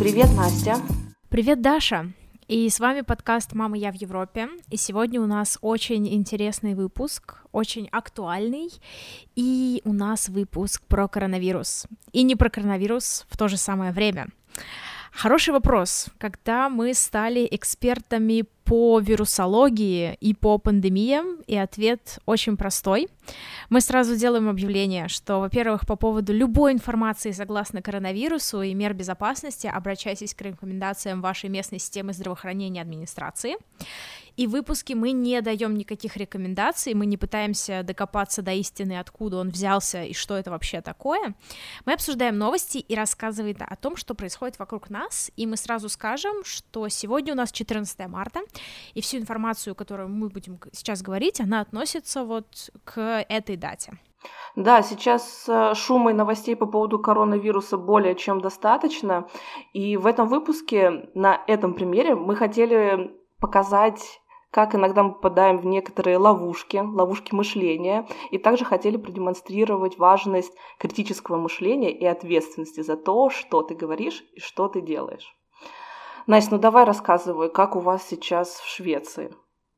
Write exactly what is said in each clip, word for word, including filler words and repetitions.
Привет, Настя. Привет, Даша. И с вами подкаст «Мама, я в Европе». И сегодня у нас очень интересный выпуск, очень актуальный. И у нас выпуск про коронавирус. И не про коронавирус в то же самое время. Хороший вопрос. Когда мы стали экспертами по вирусологии и по пандемиям, и ответ очень простой. Мы сразу делаем объявление, что, во-первых, по поводу любой информации согласно коронавирусу и мер безопасности обращайтесь к рекомендациям вашей местной системы здравоохранения и администрации. И в выпуске мы не даем никаких рекомендаций, мы не пытаемся докопаться до истины, откуда он взялся и что это вообще такое. Мы обсуждаем новости и рассказываем о том, что происходит вокруг нас, и мы сразу скажем, что сегодня у нас четырнадцатое марта, и всю информацию, которую мы будем сейчас говорить, она относится вот к этой дате. Да, сейчас шума и новостей по поводу коронавируса более чем достаточно, и в этом выпуске, на этом примере, мы хотели показать, как иногда мы попадаем в некоторые ловушки, ловушки мышления, и также хотели продемонстрировать важность критического мышления и ответственности за то, что ты говоришь и что ты делаешь. Настя, ну давай рассказывай, как у вас сейчас в Швеции?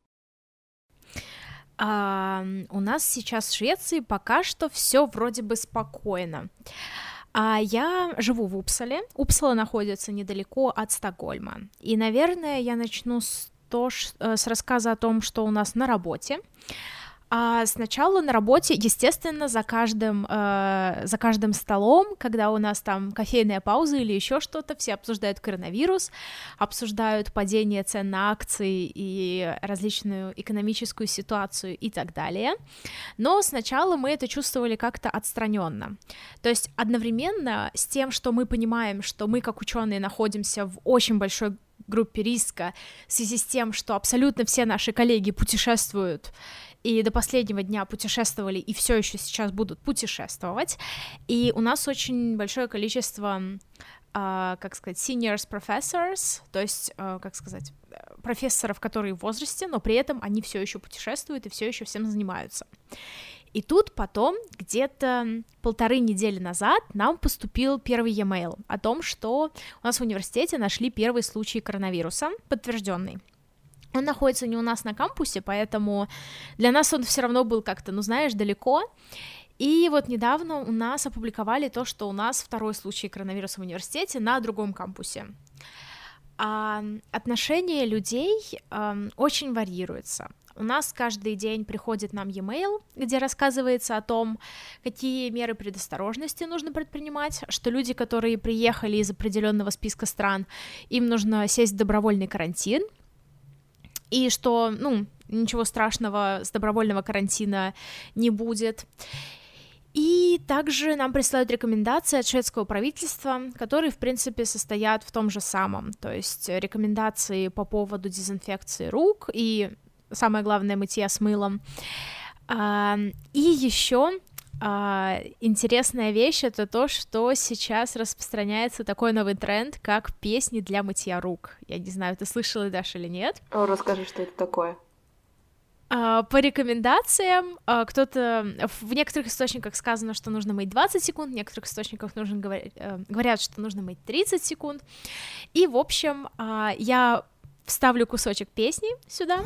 А, у нас сейчас в Швеции пока что все вроде бы спокойно. А я живу в Упсале. Упсала находится недалеко от Стокгольма. И, наверное, я начну с, то, с рассказа о том, что у нас на работе. А сначала на работе, естественно, за каждым, э, за каждым столом, когда у нас там кофейная пауза или еще что-то, все обсуждают коронавирус, обсуждают падение цен на акции и различную экономическую ситуацию и так далее. Но сначала мы это чувствовали как-то отстраненно. То есть одновременно с тем, что мы понимаем, что мы как ученые находимся в очень большой группе риска в связи с тем, что абсолютно все наши коллеги путешествуют и до последнего дня путешествовали, и все еще сейчас будут путешествовать. И у нас очень большое количество, uh, как сказать, seniors professors, то есть, uh, как сказать, профессоров, которые в возрасте, но при этом они все еще путешествуют и все еще всем занимаются. И тут потом, где-то полторы недели назад, нам поступил первый e-mail о том, что у нас в университете нашли первый случай коронавируса, подтвержденный. Он находится не у нас на кампусе, поэтому для нас он все равно был как-то, ну знаешь, далеко. И вот недавно у нас опубликовали то, что у нас второй случай коронавируса в университете на другом кампусе. А отношение людей а, очень варьируется. У нас каждый день приходит нам e-mail, где рассказывается о том, какие меры предосторожности нужно предпринимать, что люди, которые приехали из определенного списка стран, им нужно сесть в добровольный карантин, и что, ну, ничего страшного с добровольного карантина не будет. И также нам присылают рекомендации от шведского правительства, которые, в принципе, состоят в том же самом, то есть рекомендации по поводу дезинфекции рук и, самое главное, мытья с мылом. И еще интересная вещь — это то, что сейчас распространяется такой новый тренд, как песни для мытья рук. Я не знаю, ты слышала, Даша, или нет? О, расскажи, что это такое. По рекомендациям, кто-то в некоторых источниках сказано, что нужно мыть двадцать секунд, в некоторых источниках нужно говорить, говорят, что нужно мыть тридцать секунд. И, в общем, я вставлю кусочек песни сюда.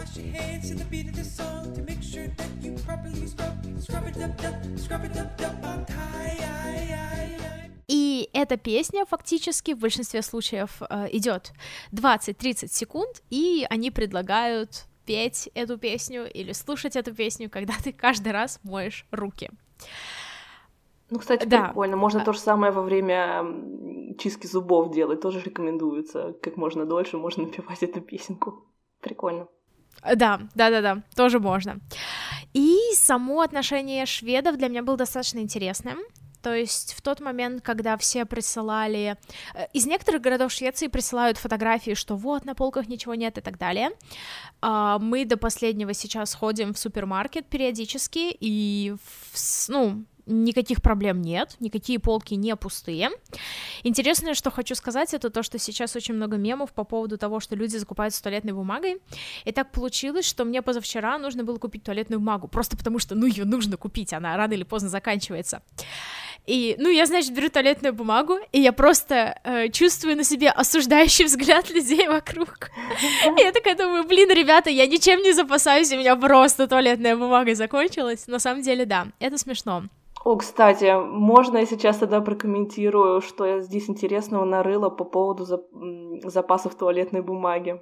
И эта песня фактически в большинстве случаев э, идет двадцать-тридцать секунд, и они предлагают петь эту песню или слушать эту песню, когда ты каждый раз моешь руки. Ну, кстати, да. Прикольно. Можно а... то же самое во время чистки зубов делать, тоже рекомендуется. Как можно дольше можно напевать эту песенку. Прикольно. Да, да-да-да, тоже можно. И само отношение шведов для меня было достаточно интересным. То есть в тот момент, когда все присылали... Из некоторых городов Швеции присылают фотографии, что вот, на полках ничего нет и так далее. Мы до последнего сейчас ходим в супермаркет периодически, и, ну, никаких проблем нет, никакие полки не пустые. Интересное, что хочу сказать, это то, что сейчас очень много мемов по поводу того, что люди закупаются туалетной бумагой, и так получилось, что мне позавчера нужно было купить туалетную бумагу, просто потому что, ну, ее нужно купить, она рано или поздно заканчивается. И, ну, я, значит, беру туалетную бумагу, и я просто э, чувствую на себе осуждающий взгляд людей вокруг. И я такая думаю, блин, ребята, я ничем не запасаюсь, у меня просто туалетная бумага закончилась. На самом деле, да, это смешно. О, кстати, можно я сейчас тогда прокомментирую, что я здесь интересного нарыла по поводу запасов туалетной бумаги.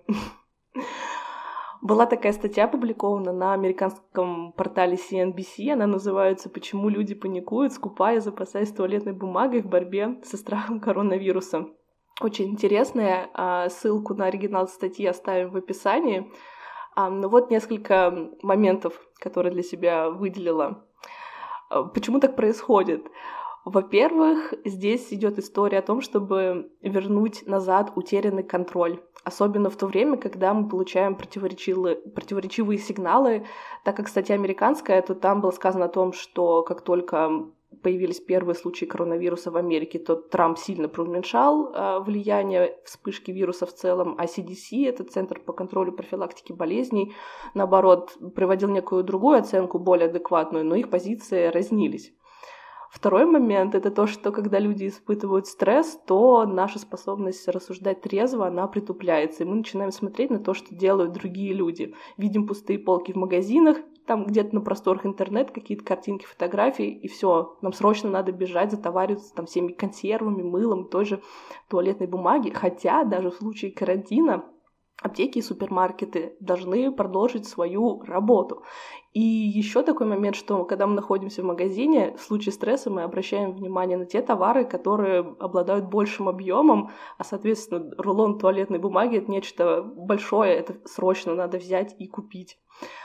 Была такая статья опубликована на американском портале си эн би си, она называется «Почему люди паникуют, скупая, запасаясь туалетной бумагой в борьбе со страхом коронавируса». Очень интересная, ссылку на оригинал статьи оставим в описании. Ну вот несколько моментов, которые для себя выделила. Почему так происходит? Во-первых, здесь идет история о том, чтобы вернуть назад утерянный контроль. Особенно в то время, когда мы получаем противоречивые, противоречивые сигналы. Так как статья американская, то там было сказано о том, что как только появились первые случаи коронавируса в Америке, то Трамп сильно преуменьшал э, влияние вспышки вируса в целом, а си ди си, это Центр по контролю и профилактике болезней, наоборот, приводил некую другую оценку, более адекватную, но их позиции разнились. Второй момент — это то, что когда люди испытывают стресс, то наша способность рассуждать трезво, она притупляется, и мы начинаем смотреть на то, что делают другие люди. Видим пустые полки в магазинах, там где-то на просторах интернета какие-то картинки, фотографии, и все, нам срочно надо бежать, затовариваться там всеми консервами, мылом, той же туалетной бумаги, хотя даже в случае карантина аптеки и супермаркеты должны продолжить свою работу. И еще такой момент, что когда мы находимся в магазине, в случае стресса мы обращаем внимание на те товары, которые обладают большим объемом, а, соответственно, рулон туалетной бумаги — это нечто большое, это срочно надо взять и купить.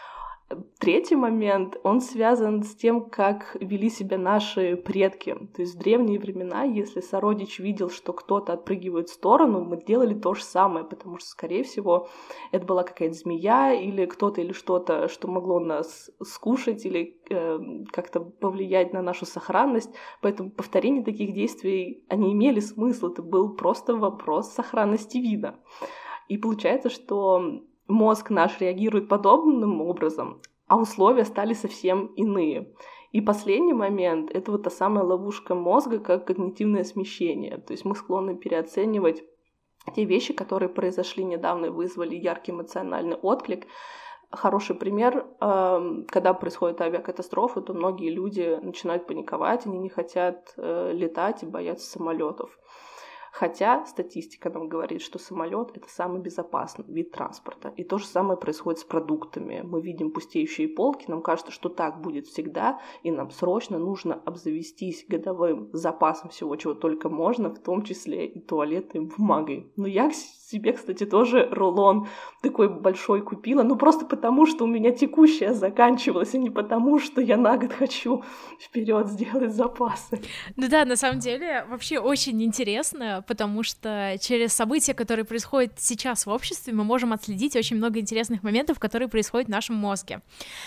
Третий момент, он связан с тем, как вели себя наши предки. То есть в древние времена, если сородич видел, что кто-то отпрыгивает в сторону, мы делали то же самое, потому что, скорее всего, это была какая-то змея или кто-то или что-то, что могло нас скушать или э, как-то повлиять на нашу сохранность. Поэтому повторение таких действий, они имели смысл, это был просто вопрос сохранности вида. И получается, что мозг наш реагирует подобным образом, а условия стали совсем иные. И последний момент — это вот та самая ловушка мозга, как когнитивное смещение. То есть мы склонны переоценивать те вещи, которые произошли недавно и вызвали яркий эмоциональный отклик. Хороший пример, когда происходит авиакатастрофа, то многие люди начинают паниковать, они не хотят летать и боятся самолетов. Хотя статистика нам говорит, что самолет — это самый безопасный вид транспорта. И то же самое происходит с продуктами. Мы видим пустеющие полки, нам кажется, что так будет всегда, и нам срочно нужно обзавестись годовым запасом всего, чего только можно, в том числе и туалетной бумагой. Но я себе, кстати, тоже рулон такой большой купила, ну просто потому, что у меня текущая заканчивалась, и не потому, что я на год хочу вперед сделать запасы. Ну да, на самом деле, вообще очень интересно, потому что через события, которые происходят сейчас в обществе, мы можем отследить очень много интересных моментов, которые происходят в нашем мозге.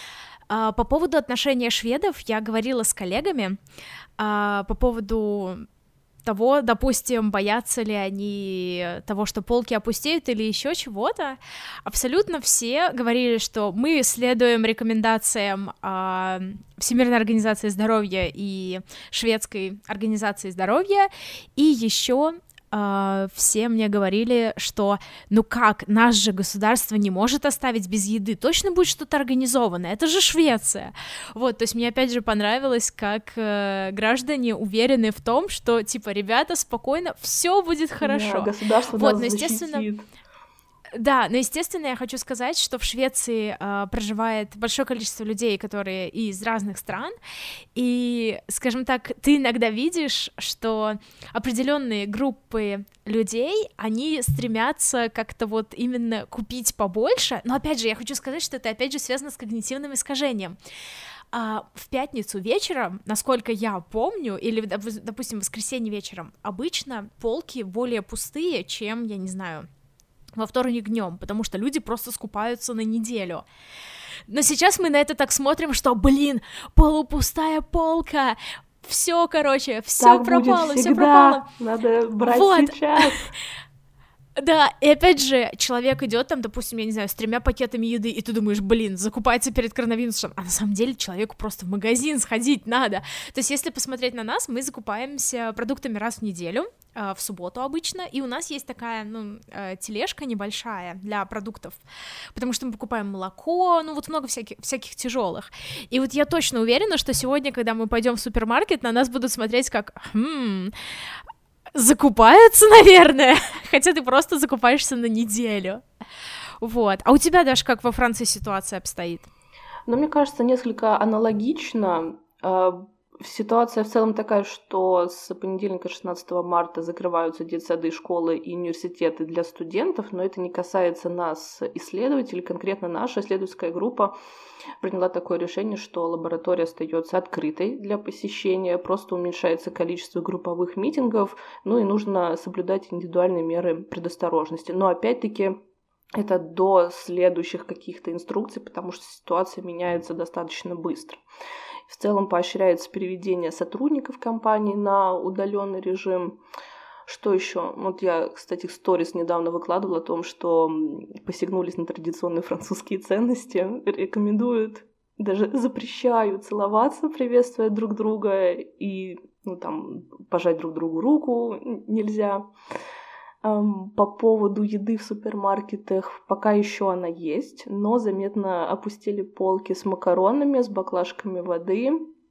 По поводу отношения шведов я говорила с коллегами по поводу того, допустим, боятся ли они того, что полки опустеют или еще чего-то. Абсолютно все говорили, что мы следуем рекомендациям э, Всемирной организации здоровья и Шведской организации здоровья, и еще Uh, все мне говорили, что ну как, наше же государство не может оставить без еды, точно будет что-то организованное, это же Швеция. Вот, то есть мне опять же понравилось, как uh, граждане уверены в том, что типа, ребята, спокойно, все будет хорошо. Да, государство вот, нас но, естественно, защитит. Да, но, естественно, я хочу сказать, что в Швеции э, проживает большое количество людей, которые из разных стран, и, скажем так, ты иногда видишь, что определенные группы людей, они стремятся как-то вот именно купить побольше, но, опять же, я хочу сказать, что это, опять же, связано с когнитивным искажением. А в пятницу вечером, насколько я помню, или, допустим, в воскресенье вечером, обычно полки более пустые, чем, я не знаю, во вторник днем, потому что люди просто скупаются на неделю. Но сейчас мы на это так смотрим, что, блин, полупустая полка, все, короче, все пропало, все пропало. Надо брать вот. сейчас. Да, и опять же, человек идет там, допустим, я не знаю, с тремя пакетами еды, и ты думаешь, блин, закупается перед коронавирусом, а на самом деле человеку просто в магазин сходить надо. То есть, если посмотреть на нас, мы закупаемся продуктами раз в неделю, в субботу обычно, и у нас есть такая, ну, тележка небольшая для продуктов, потому что мы покупаем молоко, ну, вот много всяких, всяких тяжелых. И вот я точно уверена, что сегодня, когда мы пойдем в супермаркет, на нас будут смотреть как, хм, закупаются, наверное, хотя ты просто закупаешься на неделю. Вот. А у тебя, Даш, как во Франции ситуация обстоит? Ну, мне кажется, несколько аналогично. Ситуация в целом такая, что с понедельника шестнадцатого марта закрываются детсады, школы и университеты для студентов, но это не касается нас, исследователей. Конкретно наша исследовательская группа приняла такое решение, что лаборатория остается открытой для посещения, просто уменьшается количество групповых митингов, ну и нужно соблюдать индивидуальные меры предосторожности. Но опять-таки это до следующих каких-то инструкций, потому что ситуация меняется достаточно быстро. В целом поощряется переведение сотрудников компании на удаленный режим. Что еще? Вот я, кстати, в сторис недавно выкладывала о том, что посягнулись на традиционные французские ценности, рекомендуют, даже запрещают целоваться, приветствуя друг друга, и ну, там, пожать друг другу руку нельзя. По поводу еды в супермаркетах пока еще она есть, но заметно опустили полки с макаронами, с баклажками воды,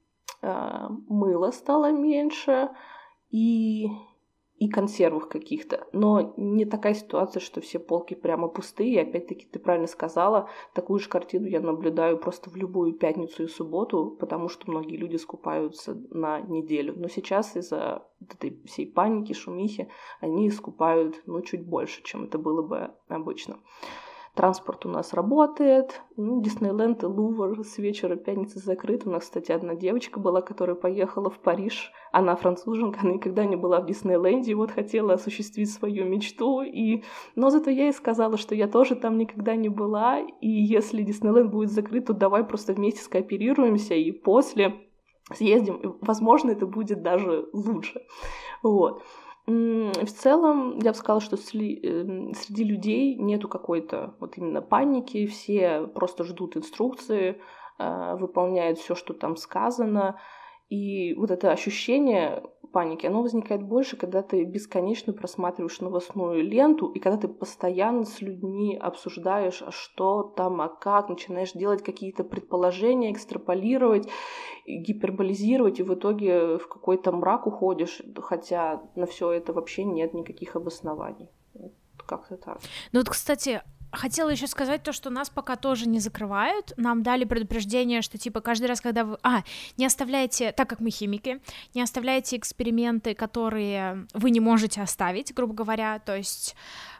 мыла стало меньше и, и консервов каких-то. Но не такая ситуация, что все полки прямо пустые. И опять-таки ты правильно сказала, такую же картину я наблюдаю просто в любую пятницу и субботу, потому что многие люди скупаются на неделю. Но сейчас из-за этой всей паники, шумихи, они скупают, ну, чуть больше, чем это было бы обычно. Транспорт у нас работает, ну, Диснейленд и Лувр с вечера пятницы закрыт. У нас, кстати, одна девочка была, которая поехала в Париж. Она француженка, она никогда не была в Диснейленде, и вот хотела осуществить свою мечту. И... Но зато я ей сказала, что я тоже там никогда не была, и если Диснейленд будет закрыт, то давай просто вместе скооперируемся, и после съездим. Возможно, это будет даже лучше. Вот. В целом, я бы сказала, что среди людей нету какой-то вот именно паники, все просто ждут инструкции, выполняют все, что там сказано, и вот это ощущение паники, оно возникает больше, когда ты бесконечно просматриваешь новостную ленту, и когда ты постоянно с людьми обсуждаешь, а что там, а как, начинаешь делать какие-то предположения, экстраполировать, гиперболизировать, и в итоге в какой-то мрак уходишь, хотя на все это вообще нет никаких обоснований. Как-то так. Ну вот, кстати, хотела еще сказать то, что нас пока тоже не закрывают. Нам дали предупреждение, что типа каждый раз, когда вы... А, не оставляйте, так как мы химики, не оставляйте эксперименты, которые вы не можете оставить, грубо говоря. То есть,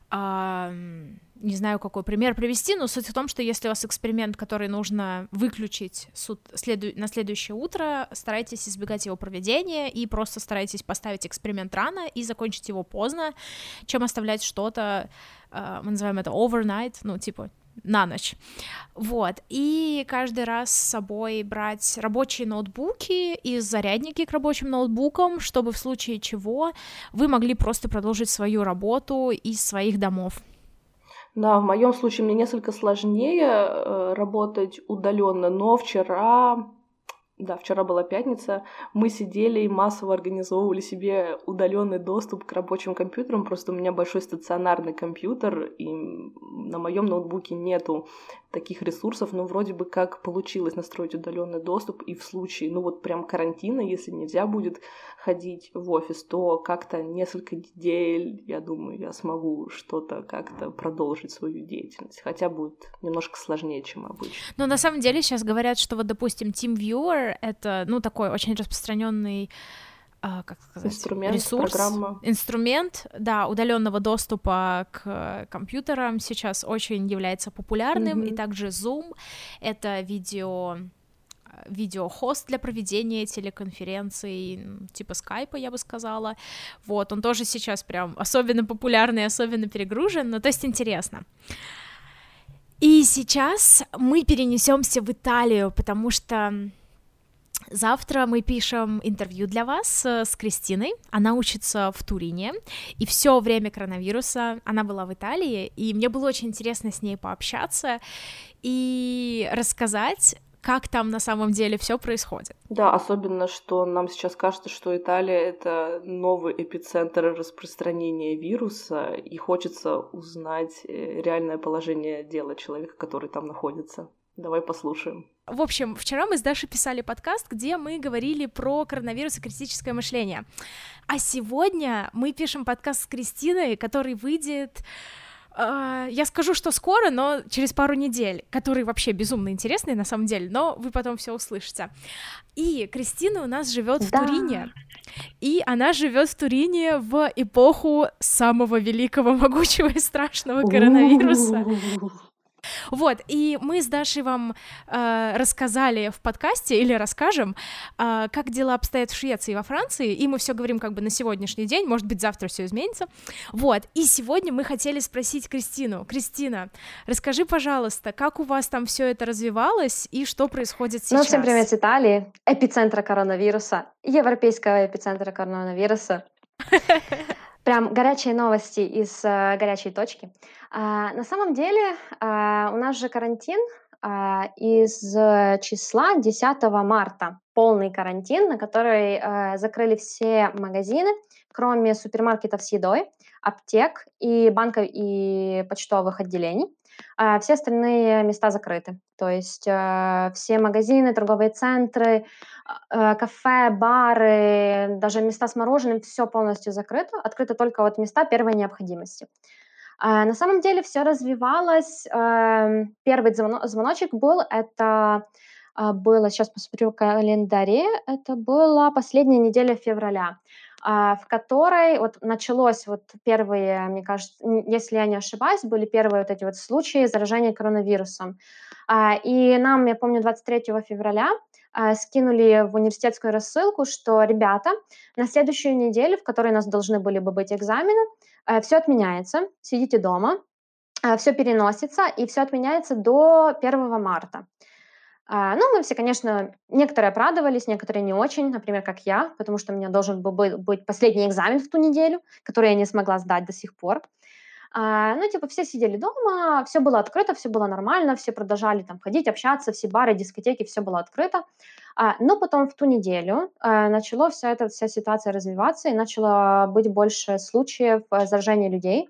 э, не знаю, какой пример привести, но суть в том, что если у вас эксперимент, который нужно выключить суд... следу... на следующее утро, старайтесь избегать его проведения и просто старайтесь поставить эксперимент рано и закончить его поздно, чем оставлять что-то, мы называем это overnight, ну, типа, на ночь, вот, и каждый раз с собой брать рабочие ноутбуки и зарядники к рабочим ноутбукам, чтобы в случае чего вы могли просто продолжить свою работу из своих домов. Да, в моем случае мне несколько сложнее э, работать удаленно, но вчера... Да, вчера была пятница, мы сидели и массово организовывали себе удаленный доступ к рабочим компьютерам, просто у меня большой стационарный компьютер, и на моем ноутбуке нету таких ресурсов, но вроде бы как получилось настроить удаленный доступ, и в случае, ну вот прям карантина, если нельзя будет ходить в офис, то как-то несколько недель, я думаю, я смогу что-то как-то продолжить свою деятельность, хотя будет немножко сложнее, чем обычно. Но на самом деле сейчас говорят, что вот, допустим, TeamViewer — это, ну, такой очень распространенный, Uh, как сказать, инструмент, ресурс, программа. инструмент, да, удаленного доступа к компьютерам сейчас очень является популярным, mm-hmm. и также Zoom — это видео, видеохост для проведения телеконференций, типа скайпа, я бы сказала, вот, он тоже сейчас прям особенно популярный, особенно перегружен, ну, то есть интересно. И сейчас мы перенесемся в Италию, потому что Завтра мы пишем интервью для вас э, с Кристиной. Она учится в Турине, и все время коронавируса она была в Италии, и мне было очень интересно с ней пообщаться и рассказать, как там на самом деле все происходит. Да, особенно, что нам сейчас кажется, что Италия — это новый эпицентр распространения вируса, и хочется узнать э, реальное положение дела человека, который там находится. Давай послушаем. В общем, вчера мы с Дашей писали подкаст, где мы говорили про коронавирус и критическое мышление. А сегодня мы пишем подкаст с Кристиной, который выйдет... э, я скажу, что скоро, но через пару недель, который вообще безумно интересный на самом деле, но вы потом все услышите. И Кристина у нас живет в Да. Турине, и она живет в Турине в эпоху самого великого, могучего и страшного коронавируса. Вот, и мы с Дашей вам э, рассказали в подкасте, или расскажем, э, как дела обстоят в Швеции и во Франции, и мы все говорим как бы на сегодняшний день, может быть, завтра все изменится. Вот, и сегодня мы хотели спросить Кристину. Кристина, расскажи, пожалуйста, как у вас там все это развивалось и что происходит сейчас? Ну, всем привет с Италии, эпицентра коронавируса, европейского эпицентра коронавируса. Прям горячие новости из э, горячей точки. А, на самом деле а, у нас же карантин а, из э, числа десятого марта. Полный карантин, на который э, закрыли все магазины, кроме супермаркетов с едой, аптек и банков и почтовых отделений. А, все остальные места закрыты. То есть э, все магазины, торговые центры, э, кафе, бары, даже места с мороженым, все полностью закрыто. Открыты только вот места первой необходимости. А, на самом деле все развивалось. Э, первый звоно- звоночек был, это а, было, сейчас посмотрю в календаре, это была последняя неделя февраля, а, в которой вот началось вот первые, мне кажется, н- если я не ошибаюсь, были первые вот эти вот случаи заражения коронавирусом. А, И нам, я помню, двадцать третьего февраля а, скинули в университетскую рассылку, что, ребята, на следующую неделю, в которой у нас должны были бы быть экзамены, все отменяется, сидите дома, все переносится, и все отменяется до первого марта. А, ну, мы все, конечно, некоторые обрадовались, некоторые не очень, например, как я, потому что у меня должен был бы- быть последний экзамен в ту неделю, который я не смогла сдать до сих пор. А, ну, типа, все сидели дома, все было открыто, все было нормально, все продолжали там ходить, общаться, все бары, дискотеки, все было открыто. А, но потом в ту неделю а, начала вся эта вся ситуация развиваться, и начало быть больше случаев а, заражения людей,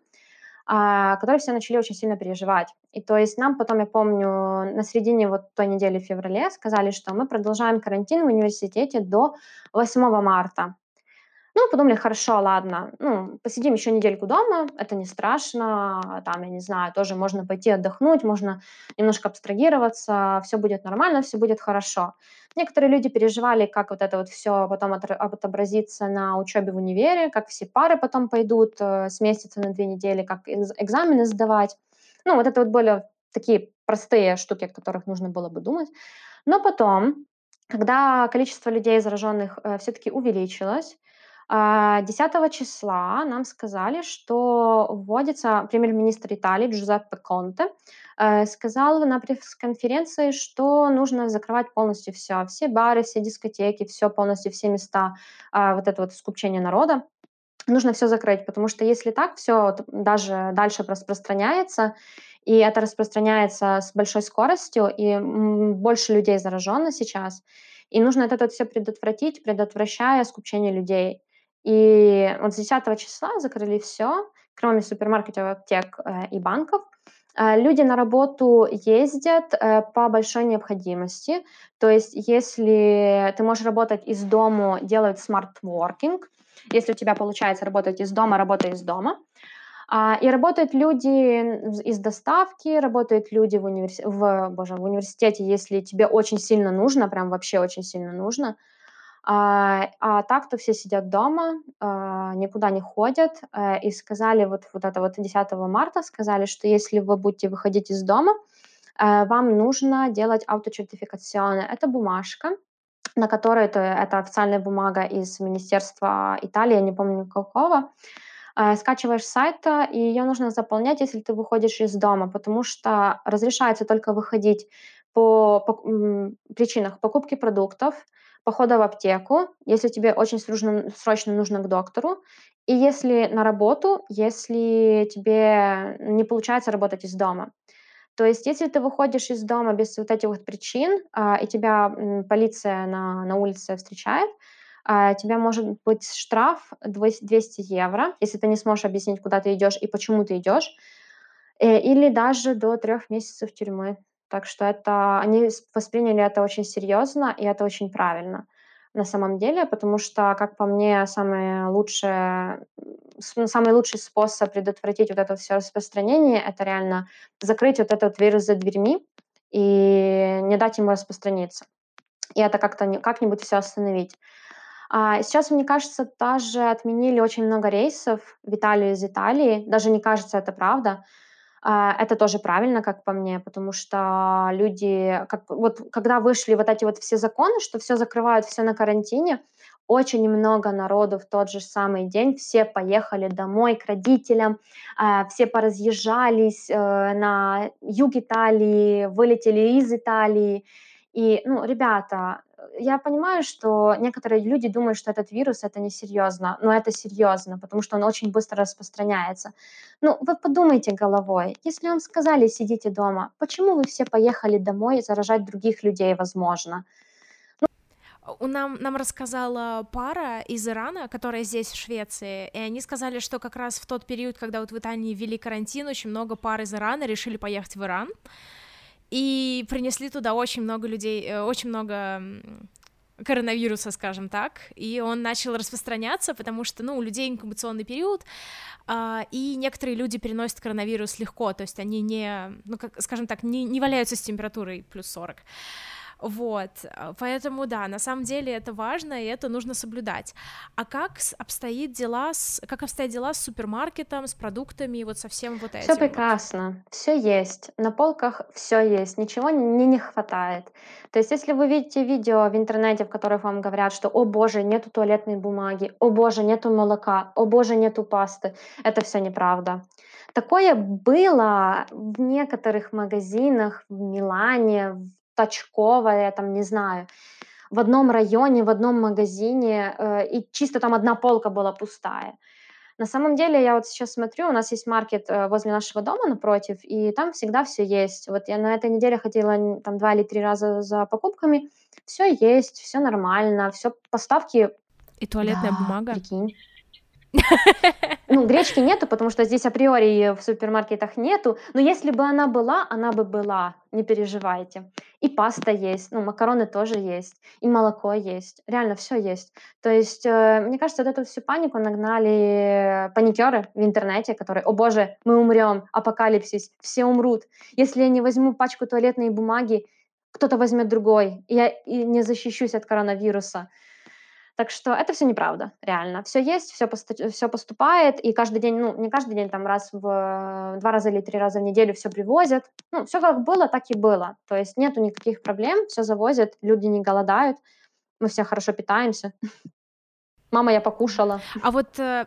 а, которые все начали очень сильно переживать. И то есть нам потом, я помню, на середине вот той недели в феврале сказали, что мы продолжаем карантин в университете до восьмого марта. Ну, подумали, хорошо, ладно, ну, посидим еще недельку дома, это не страшно, там, я не знаю, тоже можно пойти отдохнуть, можно немножко абстрагироваться, все будет нормально, все будет хорошо. Некоторые люди переживали, как вот это вот все потом отра- отобразится на учебе в универе, как все пары потом пойдут э, с месяца на две недели, как экз- экзамены сдавать. Ну, вот это вот были такие простые штуки, о которых нужно было бы думать. Но потом, когда количество людей зараженных все-таки увеличилось, а, десятого числа нам сказали, что вводится премьер-министр Италии Джузеппе Конте, э, сказал на пресс-конференции, что нужно закрывать полностью все, все бары, все дискотеки, все полностью, все места, а, вот это вот скупчение народа. Нужно все закрыть, потому что если так все даже дальше распространяется, и это распространяется с большой скоростью, и м, больше людей заражено сейчас, и нужно вот это все предотвратить, предотвращая скупчение людей. И вот с десятого числа закрыли все, кроме супермаркетов, аптек э, и банков. Э, Люди на работу ездят э, по большой необходимости. То есть если ты можешь работать из дома, делают смарт-воркинг, если у тебя получается работать из дома, работай из дома. А, и работают люди в из доставки, работают люди в универси в, боже, в университете, если тебе очень сильно нужно, прям вообще очень сильно нужно. А, а так-то все сидят дома, а, никуда не ходят. Э, и сказали вот вот это вот десятого марта сказали, что если вы будете выходить из дома, э, вам нужно делать ауточертификационе. Это бумажка, на которой это это официальная бумага из министерства Италии, я не помню какого. Э, скачиваешь с сайта, и ее нужно заполнять, если ты выходишь из дома, потому что разрешается только выходить по по м, причинах покупки продуктов, похода в аптеку, если тебе очень срочно, срочно нужно к доктору, и если на работу, если тебе не получается работать из дома. То есть если ты выходишь из дома без вот этих вот причин, а, и тебя м, полиция на, на улице встречает, а, тебя может быть штраф двести двести евро, если ты не сможешь объяснить, куда ты идешь и почему ты идешь, э, или даже до трех месяцев тюрьмы. Так что это они с восприняли это очень серьезно, и это очень правильно на самом деле, потому что, как по мне, самое лучшее, м, с ну, самый лучший способ предотвратить вот это все распространение — это реально закрыть вот этот вирус за дверьми и не дать ему распространиться. И это как-то не как-нибудь все остановить. А, сейчас, мне кажется, даже отменили очень много рейсов в Италию из Италии. Даже не кажется, это правда. А, это тоже правильно, как по мне, потому что люди, как вот когда вышли вот эти вот все законы, что все закрывают, все на карантине, очень много народу в тот же самый день, все поехали домой к родителям, а, все поразъезжались, э, на юг Италии, вылетели из Италии. И, ну, ребята, я понимаю, что некоторые люди думают, что этот вирус — это несерьезно, но это серьезно, потому что он очень быстро распространяется. Ну, вы подумайте головой. Если вам сказали: "Сидите дома", почему вы все поехали домой заражать других людей, возможно? У нам, нам рассказала пара из Ирана, которая здесь, в Швеции, и они сказали, что как раз в тот период, когда вот в Италии ввели карантин, очень много пар из Ирана решили поехать в Иран, и принесли туда очень много людей, э, очень много м, коронавируса, скажем так, и он начал распространяться, потому что, ну, у людей инкубационный период, а, и некоторые люди переносят коронавирус легко, то есть они не, ну, как, скажем так, не, не валяются с температурой плюс сорок. Вот, поэтому, да, на самом деле это важно, и это нужно соблюдать. А как с- обстоит дела с, как обстоят дела с супермаркетом, с продуктами, и вот со всем вот Все этим вот? прекрасно, все есть. На полках все есть, ничего не не хватает. То есть если вы видите видео в интернете, в которых вам говорят, что: "О боже, нету туалетной бумаги", "О боже, нету молока", "О боже, нету пасты", это все неправда. Такое было в некоторых магазинах в Милане, в Точково, я там не знаю, в одном районе, в одном магазине, э, и чисто там одна полка была пустая. На самом деле, я вот сейчас смотрю, у нас есть маркет, э, возле нашего дома напротив, и там всегда все есть. Вот я на этой неделе ходила н там два или три раза за покупками. Все есть, все нормально, все поставки. И туалетная Да, бумага? прикинь. Ну, гречки нету, потому что здесь априори её в супермаркетах нету, но если бы она была, она бы была, не переживайте. И паста есть, ну, макароны тоже есть, и молоко есть, реально все есть. То есть, э, мне кажется, вот эту всю панику нагнали паникеры в интернете, которые: "О боже, мы умрем, апокалипсис, все умрут. Если я не возьму пачку туалетной бумаги, кто-то возьмет другой, и я и не защищусь от коронавируса". Так что это все неправда, реально. Все есть, все всё поступает, и каждый день, ну, не каждый день, там раз в э, два раза или три раза в неделю все привозят. Ну, все как было, так и было. То есть нету никаких проблем, все завозят, люди не голодают, мы все хорошо питаемся. Мама, я покушала. А вот э,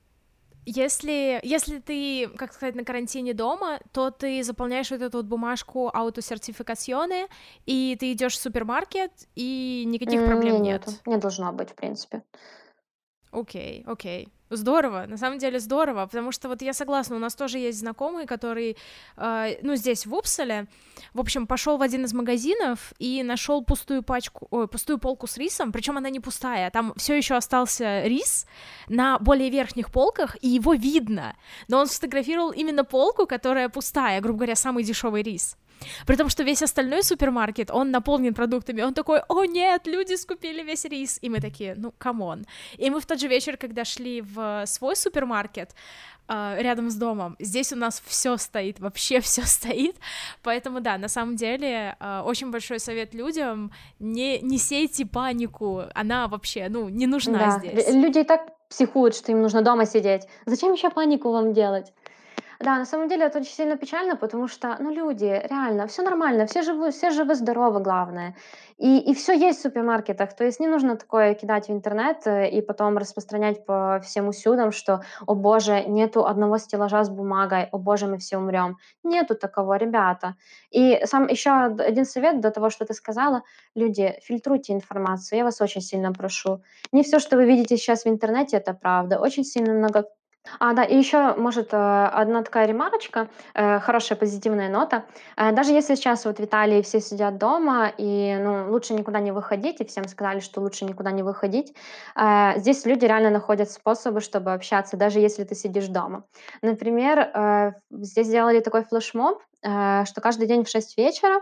если, если ты, как сказать, на карантине дома, то ты заполняешь вот эту вот бумажку аутосертификационе, и ты идешь в супермаркет, и никаких М, не, проблем нет. нету, не должно быть, в принципе. Окей, окей. Здорово, на самом деле здорово, потому что вот я согласна, у нас тоже есть знакомый, который, э, ну, здесь, в Упсале, в общем, пошел в один из магазинов и нашел пустую пачку, ой, пустую полку с рисом, причем она не пустая, там все еще остался рис на более верхних полках, и его видно, но он сфотографировал именно полку, которая пустая, грубо говоря, самый дешевый рис. При том, что весь остальной супермаркет, он наполнен продуктами, он такой: "О нет, люди скупили весь рис", и мы такие: "Ну, камон". И мы в тот же вечер, когда шли в свой супермаркет, э, рядом с домом, здесь у нас все стоит, вообще все стоит, поэтому да, на самом деле, э, очень большой совет людям: не, не сейте панику, она вообще, ну, не нужна Да, лю здесь. люди и так психуют, что им нужно дома сидеть. Зачем еще панику вам делать? Да, на самом деле это очень сильно печально, потому что, ну, люди, реально, все нормально, все живы, все живы-здоровы, главное. И, и все есть в супермаркетах, то есть не нужно такое кидать в интернет э, и потом распространять по всем усюдам, что, о боже, нету одного стеллажа с бумагой, о боже, мы все умрем. Нету такого, ребята. И сам еще один совет до того, что ты сказала, люди, фильтруйте информацию, я вас очень сильно прошу. Не все, что вы видите сейчас в интернете, это правда. Очень сильно много. А, да, и еще, может, э, одна такая ремарочка, э, хорошая позитивная нота. Э, Даже если сейчас вот в Италии все сидят дома, и ну, лучше никуда не выходить, и всем сказали, что лучше никуда не выходить, э, здесь люди реально находят способы, чтобы общаться, даже если ты сидишь дома. Например, э, здесь сделали такой флешмоб, э, что каждый день в шесть вечера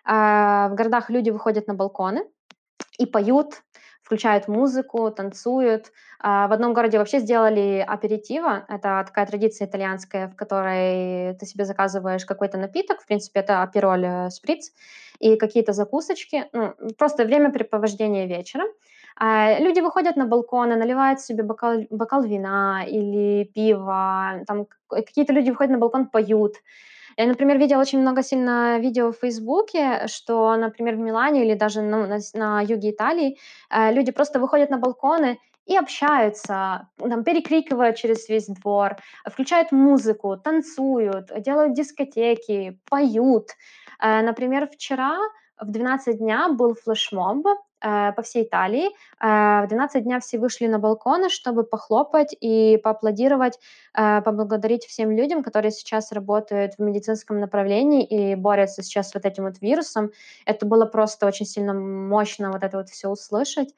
э, в городах люди выходят на балконы, и поют, включают музыку, танцуют. А, в одном городе вообще сделали аперитиво. Это такая традиция итальянская, в которой ты себе заказываешь какой-то напиток, в принципе, это апероль, э, шприц, и какие-то закусочки. Ну, просто времяпрепровождение вечером. А, люди выходят на балконы, наливают себе бокал, бокал вина или пива. Там к- какие-то люди выходят на балкон, поют. Я, например, видела очень много сильно видео в Фейсбуке, что, например, в Милане или даже ну, на, с- на юге Италии э, люди просто выходят на балконы и общаются, там, перекрикивают через весь двор, включают музыку, танцуют, делают дискотеки, поют. Э, например, вчера в двенадцать дня был флешмоб э, по всей Италии. Э, в двенадцать дня все вышли на балконы, чтобы похлопать и поаплодировать, э, поблагодарить всем людям, которые сейчас работают в медицинском направлении и борются сейчас с вот этим вот вирусом. Это было просто очень сильно мощно вот это вот все услышать.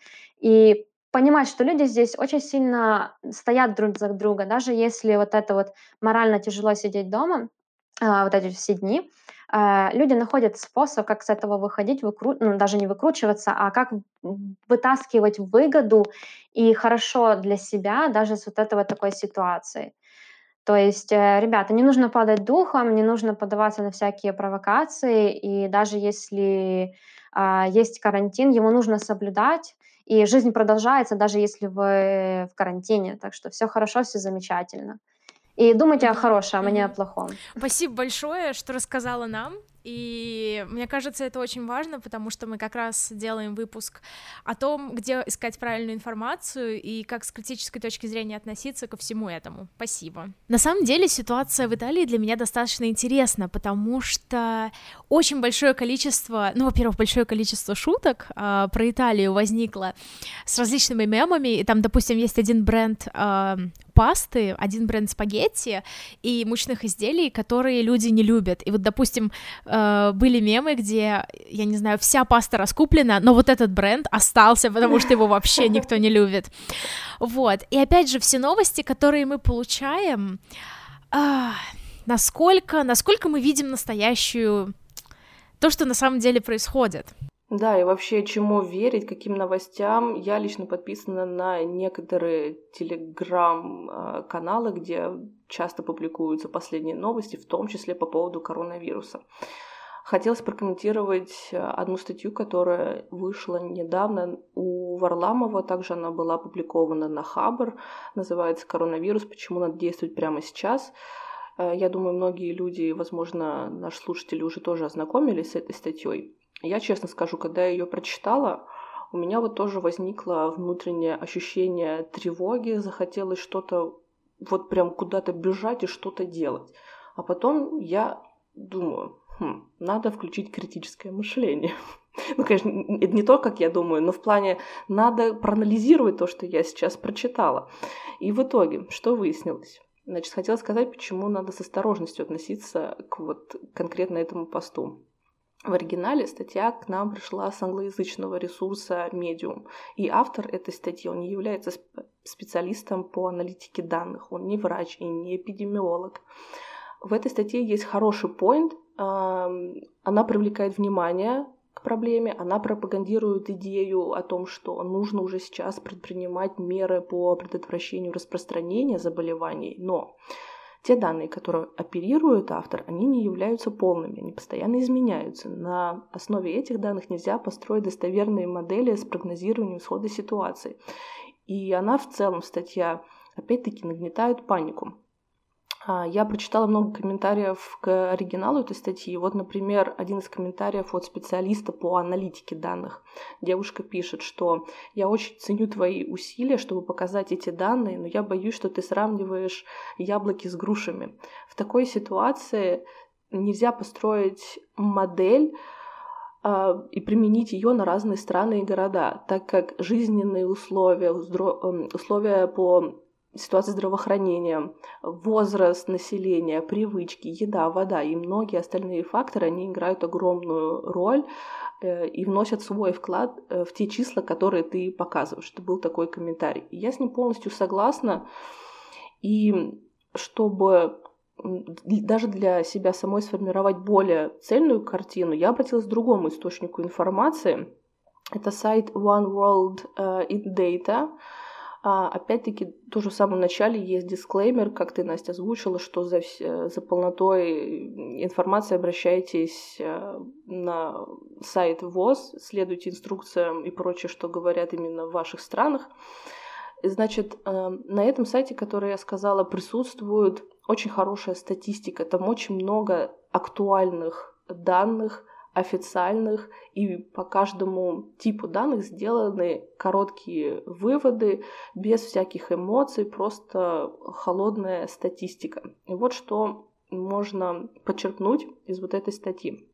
И понимать, что люди здесь очень сильно стоят друг за друга, даже если вот это вот морально тяжело сидеть дома, а, вот эти все дни, а, люди находят способ, как с этого выходить, выкру... ну, даже не выкручиваться, а как м, вытаскивать выгоду и хорошо для себя даже с вот этого такой ситуации. То есть, э, ребята, не нужно падать духом, не нужно поддаваться на всякие провокации, и даже если а, есть карантин, его нужно соблюдать, и жизнь продолжается, даже если вы в карантине. Так что все хорошо, все замечательно. И думайте о Мгм, хорошем, а не о мгм. плохом. Спасибо большое, что рассказала нам. И мне кажется, это очень важно, потому что мы как раз делаем выпуск о том, где искать правильную информацию и как с критической точки зрения относиться ко всему этому. Спасибо. На самом деле ситуация в Италии для меня достаточно интересна, потому что очень большое количество, ну, во-первых, большое количество шуток а, про Италию возникло с различными мемами, и там, допустим, есть один бренд а, пасты, один бренд спагетти и мучных изделий, которые люди не любят. И вот, допустим, э, были мемы, где, я не знаю, вся паста раскуплена, но вот этот бренд остался, потому что его вообще никто не любит. Вот. И опять же, все новости, которые мы получаем, а, насколько, насколько мы видим настоящую, то, что на самом деле происходит. Да, и вообще, чему верить, каким новостям. Я лично подписана на некоторые телеграм-каналы, где часто публикуются последние новости, в том числе по поводу коронавируса. Хотелось прокомментировать одну статью, которая вышла недавно у Варламова, также она была опубликована на Хабр, называется «Коронавирус. Почему надо действовать прямо сейчас?». Я думаю, многие люди, возможно, наши слушатели уже тоже ознакомились с этой статьей. Я честно скажу, когда я ее прочитала, у меня вот тоже возникло внутреннее ощущение тревоги, захотелось что-то, вот прям куда-то бежать и что-то делать. А потом я думаю, хм, надо включить критическое мышление. Ну, конечно, это не то, как я думаю, но в плане надо проанализировать то, что я сейчас прочитала. И в итоге, что выяснилось? Значит, хотела сказать, почему надо с осторожностью относиться к вот конкретно этому посту. В оригинале статья к нам пришла с англоязычного ресурса Medium, и автор этой статьи, он не является специалистом по аналитике данных, он не врач и не эпидемиолог. В этой статье есть хороший поинт, она привлекает внимание к проблеме, она пропагандирует идею о том, что нужно уже сейчас предпринимать меры по предотвращению распространения заболеваний, но те данные, которые оперирует автор, они не являются полными, они постоянно изменяются. На основе этих данных нельзя построить достоверные модели с прогнозированием исхода ситуации. И она в целом, статья, опять-таки, нагнетает панику. Я прочитала много комментариев к оригиналу этой статьи. Вот, например, один из комментариев от специалиста по аналитике данных. Девушка пишет, что «Я очень ценю твои усилия, чтобы показать эти данные, но я боюсь, что ты сравниваешь яблоки с грушами. В такой ситуации нельзя построить модель и применить ее на разные страны и города, так как жизненные условия, условия по ситуации здравоохранения, возраст населения, привычки, еда, вода и многие остальные факторы, они играют огромную роль и вносят свой вклад в те числа, которые ты показываешь. Это был такой комментарий. И я с ним полностью согласна. И чтобы даже для себя самой сформировать более цельную картину, я обратилась к другому источнику информации. Это сайт One World in Data. Опять-таки, тоже в самом начале есть дисклеймер, как ты, Настя, озвучила, что за, за полнотой информации обращайтесь на сайт ВОЗ, следуйте инструкциям и прочее, что говорят именно в ваших странах. Значит, на этом сайте, который я сказала, присутствует очень хорошая статистика. Там очень много актуальных данных, официальных, и по каждому типу данных сделаны короткие выводы, без всяких эмоций, просто холодная статистика. И вот что можно подчеркнуть из вот этой статьи.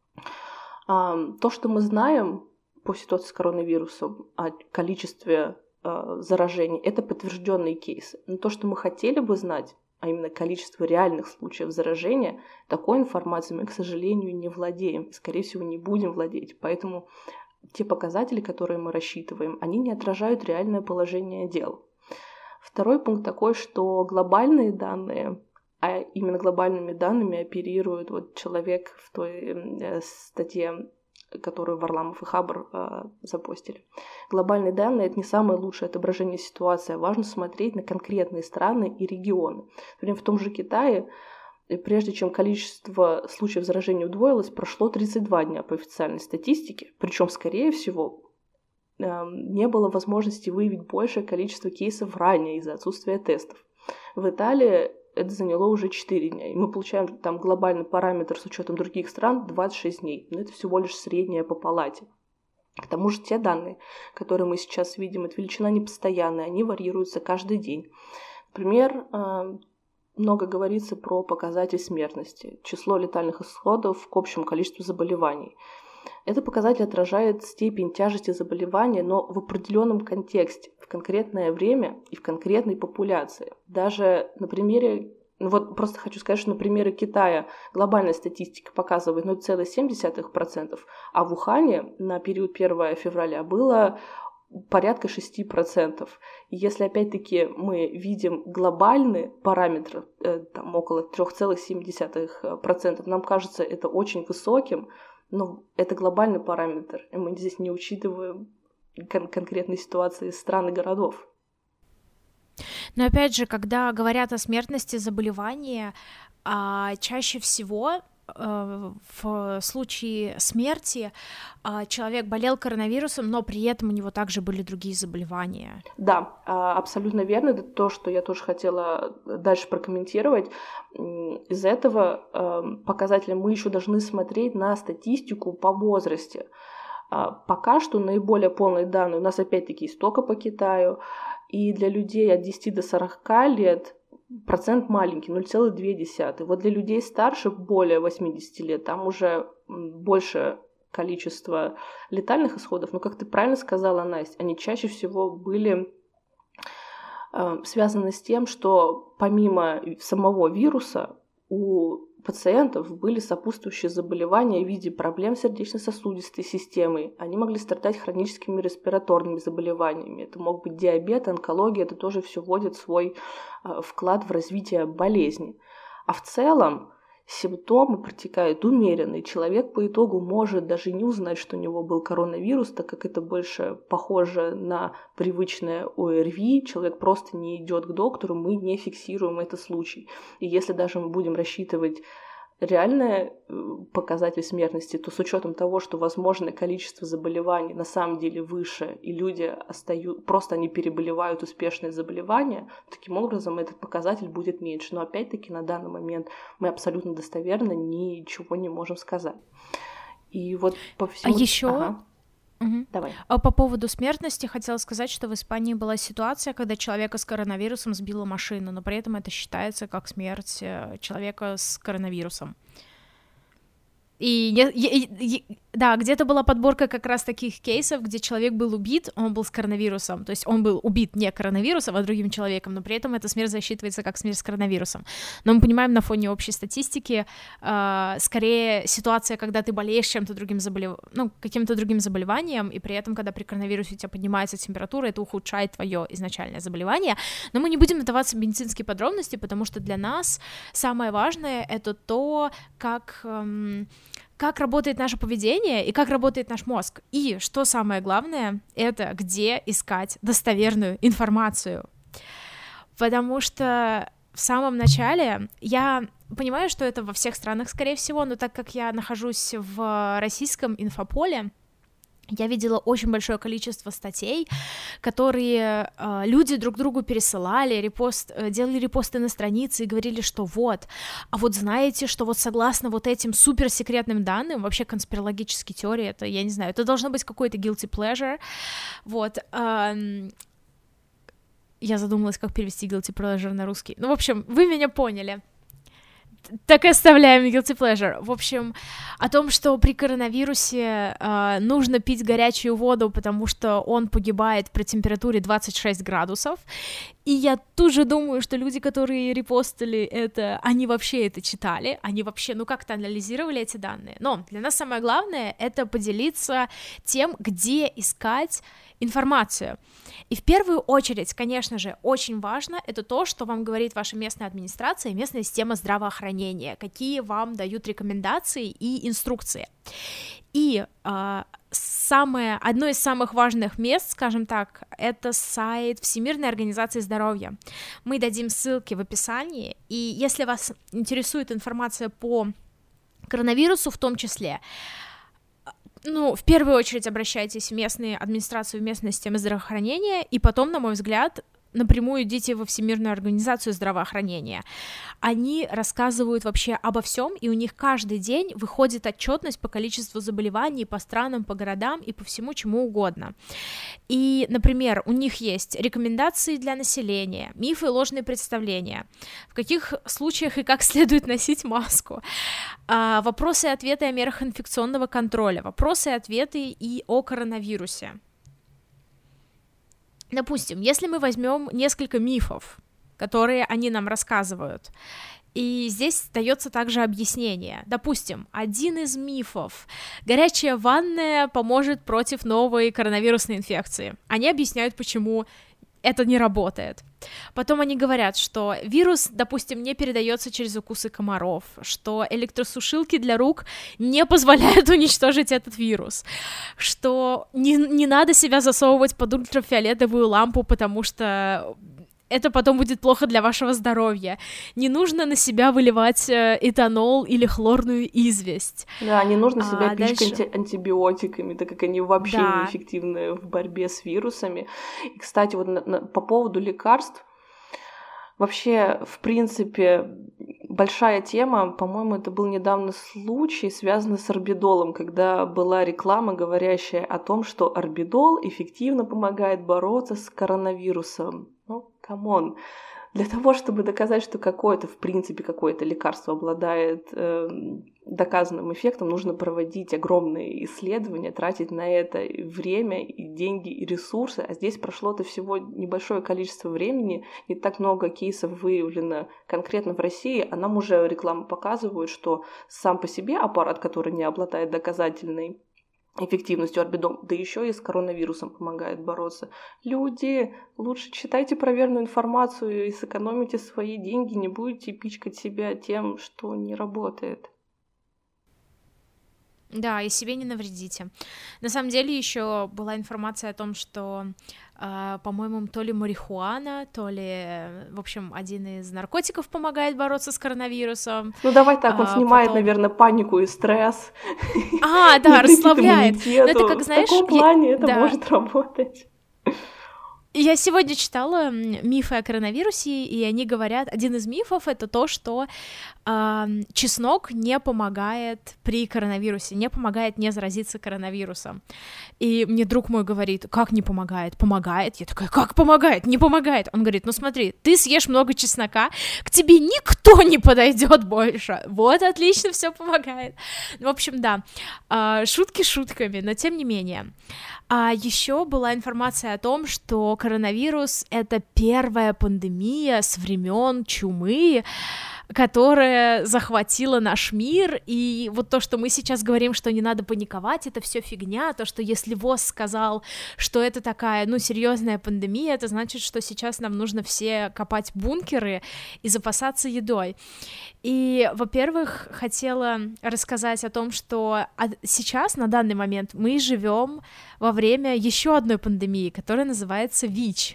То, что мы знаем по ситуации с коронавирусом о количестве заражений, это подтвержденные кейсы. Но то, что мы хотели бы знать, а именно количество реальных случаев заражения, такой информацией мы, к сожалению, не владеем и, скорее всего, не будем владеть. Поэтому те показатели, которые мы рассчитываем, они не отражают реальное положение дел. Второй пункт такой, что глобальные данные, а именно глобальными данными оперирует вот человек в той статье, которую Варламов и Хабр э, запостили. Глобальные данные — это не самое лучшее отображение ситуации, а важно смотреть на конкретные страны и регионы. Например, в том же Китае, прежде чем количество случаев заражения удвоилось, прошло тридцать два дня по официальной статистике, причем, скорее всего, э, не было возможности выявить большее количество кейсов ранее из-за отсутствия тестов. В Италии это заняло уже четыре дня, и мы получаем там глобальный параметр с учетом других стран двадцать шесть дней, но это всего лишь средняя по палате. К тому же те данные, которые мы сейчас видим, это величина непостоянная, они варьируются каждый день. Например, много говорится про показатель смертности, число летальных исходов к общему количеству заболеваний. Этот показатель отражает степень тяжести заболевания, но в определенном контексте, в конкретное время и в конкретной популяции. Даже на примере, ну вот просто хочу сказать, что на примере Китая глобальная статистика показывает ноль целых семь десятых процента, а в Ухане на период первого февраля было порядка шесть процентов. И если опять-таки мы видим глобальный параметр, там около три целых семь десятых процента, нам кажется это очень высоким, но это глобальный параметр, и мы здесь не учитываем кон- конкретной ситуации стран и городов. Но опять же, когда говорят о смертности заболевания, чаще всего в случае смерти человек болел коронавирусом, но при этом у него также были другие заболевания. Да, абсолютно верно. Это то, что я тоже хотела дальше прокомментировать. Из этого показателя мы еще должны смотреть на статистику по возрасте. Пока что наиболее полные данные у нас опять-таки есть только по Китаю, и для людей от десяти до сорока лет процент маленький, ноль целых две десятых. Вот для людей старше, более восьмидесяти лет, там уже больше количество летальных исходов. Но, как ты правильно сказала, Настя, они чаще всего были э, связаны с тем, что помимо самого вируса у пациентов были сопутствующие заболевания в виде проблем сердечно-сосудистой системы. Они могли страдать хроническими респираторными заболеваниями. Это мог быть диабет, онкология. Это тоже все вводит свой э, вклад в развитие болезни. А в целом симптомы протекают умеренно, и человек по итогу может даже не узнать, что у него был коронавирус, так как это больше похоже на привычное ОРВИ. Человек просто не идет к доктору, мы не фиксируем этот случай. И если даже мы будем рассчитывать реальный показатель смертности, то с учетом того, что возможное количество заболеваний на самом деле выше, и люди остаются, просто они переболевают успешные заболевания, таким образом этот показатель будет меньше. Но опять-таки на данный момент мы абсолютно достоверно ничего не можем сказать. И вот по всему... А еще... Ага. Угу. Давай. А по поводу смертности хотела сказать, что в Испании была ситуация, когда человека с коронавирусом сбила машина, но при этом это считается как смерть человека с коронавирусом. И, и, и да, где-то была подборка как раз таких кейсов, где человек был убит, он был с коронавирусом, то есть он был убит не коронавирусом, а другим человеком, но при этом эта смерть засчитывается как смерть с коронавирусом. Но мы понимаем, на фоне общей статистики, э, скорее ситуация, когда ты болеешь чем-то другим заболев... ну, каким-то другим заболеванием, и при этом, когда при коронавирусе у тебя поднимается температура, это ухудшает твое изначальное заболевание. Но мы не будем вдаваться в медицинские подробности, потому что для нас самое важное — это то, как... Эм... как работает наше поведение и как работает наш мозг. И, что самое главное, это где искать достоверную информацию. Потому что в самом начале я понимаю, что это во всех странах, скорее всего, но так как я нахожусь в российском инфополе, я видела очень большое количество статей, которые э, люди друг другу пересылали, репост, э, делали репосты на странице и говорили, что вот, а вот знаете, что вот согласно вот этим суперсекретным данным, вообще конспирологические теории, это, я не знаю, это должно быть какой-то guilty pleasure, вот, э, я задумалась, как перевести guilty pleasure на русский, ну, в общем, вы меня поняли. Так и оставляем guilty pleasure. В общем, о том, что при коронавирусе э, нужно пить горячую воду, потому что он погибает при температуре двадцать шесть градусов. И я тут же думаю, что люди, которые репостили это, они вообще это читали, они вообще, ну, как-то анализировали эти данные. Но для нас самое главное — это поделиться тем, где искать информацию. И в первую очередь, конечно же, очень важно это то, что вам говорит ваша местная администрация и местная система здравоохранения, какие вам дают рекомендации и инструкции. И э, самое, одно из самых важных мест, скажем так, это сайт Всемирной организации здоровья. Мы дадим ссылки в описании, и если вас интересует информация по коронавирусу в том числе, ну, в первую очередь обращайтесь в местную администрацию, в местную систему здравоохранения, и потом, на мой взгляд, напрямую идите во Всемирную организацию здравоохранения. Они рассказывают вообще обо всем, и у них каждый день выходит отчетность по количеству заболеваний по странам, по городам и по всему чему угодно. И, например, у них есть рекомендации для населения, мифы и ложные представления, в каких случаях и как следует носить маску, вопросы и ответы о мерах инфекционного контроля, вопросы и ответы и о коронавирусе. Допустим, если мы возьмем несколько мифов, которые они нам рассказывают, и здесь дается также объяснение. Допустим, один из мифов: горячая ванная поможет против новой коронавирусной инфекции. Они объясняют, почему это не работает. Потом они говорят, что вирус, допустим, не передается через укусы комаров, что электросушилки для рук не позволяют уничтожить этот вирус, что не, не надо себя засовывать под ультрафиолетовую лампу, потому что это потом будет плохо для вашего здоровья. Не нужно на себя выливать этанол или хлорную известь. Да, не нужно себя а пичкать дальше... антибиотиками, так как они вообще да. неэффективны в борьбе с вирусами. И, кстати, вот на, на, по поводу лекарств, вообще, в принципе, большая тема, по-моему, это был недавно случай, связанный с орбидолом, когда была реклама, говорящая о том, что орбидол эффективно помогает бороться с коронавирусом. Ну, камон. Для того, чтобы доказать, что какое-то, в принципе, какое-то лекарство обладает э, доказанным эффектом, нужно проводить огромные исследования, тратить на это время, и деньги, и ресурсы. А здесь прошло-то всего небольшое количество времени, не так много кейсов выявлено конкретно в России, а нам уже реклама показывает, что сам по себе аппарат, который не обладает доказательной эффективностью орбидол, да еще и с коронавирусом помогает бороться. Люди, лучше читайте проверенную информацию и сэкономите свои деньги, не будете пичкать себя тем, что не работает. Да, и себе не навредите. На самом деле еще была информация о том, что э, по-моему, то ли марихуана, то ли, в общем, один из наркотиков помогает бороться с коронавирусом. Ну, давай так, он а, снимает, потом... наверное, панику и стресс. А, да, расслабляет. Но это как, знаешь... В таком плане я... это да. может работать. Я сегодня читала мифы о коронавирусе, и они говорят, один из мифов — это то, что э, чеснок не помогает при коронавирусе, не помогает не заразиться коронавирусом. И мне друг мой говорит: как не помогает? Помогает. Я такая: как помогает? Не помогает. Он говорит: ну смотри, ты съешь много чеснока, к тебе никто не подойдет больше. Вот, отлично, все помогает. В общем, да, э, шутки шутками, но тем не менее. А еще была информация о том, что коронавирус — это первая пандемия с времен чумы, которая захватила наш мир, и вот то, что мы сейчас говорим, что не надо паниковать, это все фигня, то, что если ВОЗ сказал, что это такая, ну, серьезная пандемия, это значит, что сейчас нам нужно все копать бункеры и запасаться едой. И, во-первых, хотела рассказать о том, что сейчас, на данный момент, мы живем во время еще одной пандемии, которая называется ВИЧ.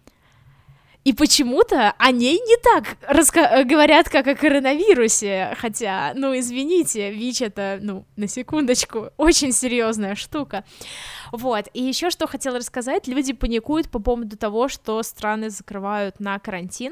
И почему-то о ней не так раска- говорят, как о коронавирусе, хотя, ну, извините, ВИЧ — это, ну, на секундочку, очень серьезная штука. Вот, и еще что хотела рассказать, люди паникуют по поводу того, что страны закрывают на карантин,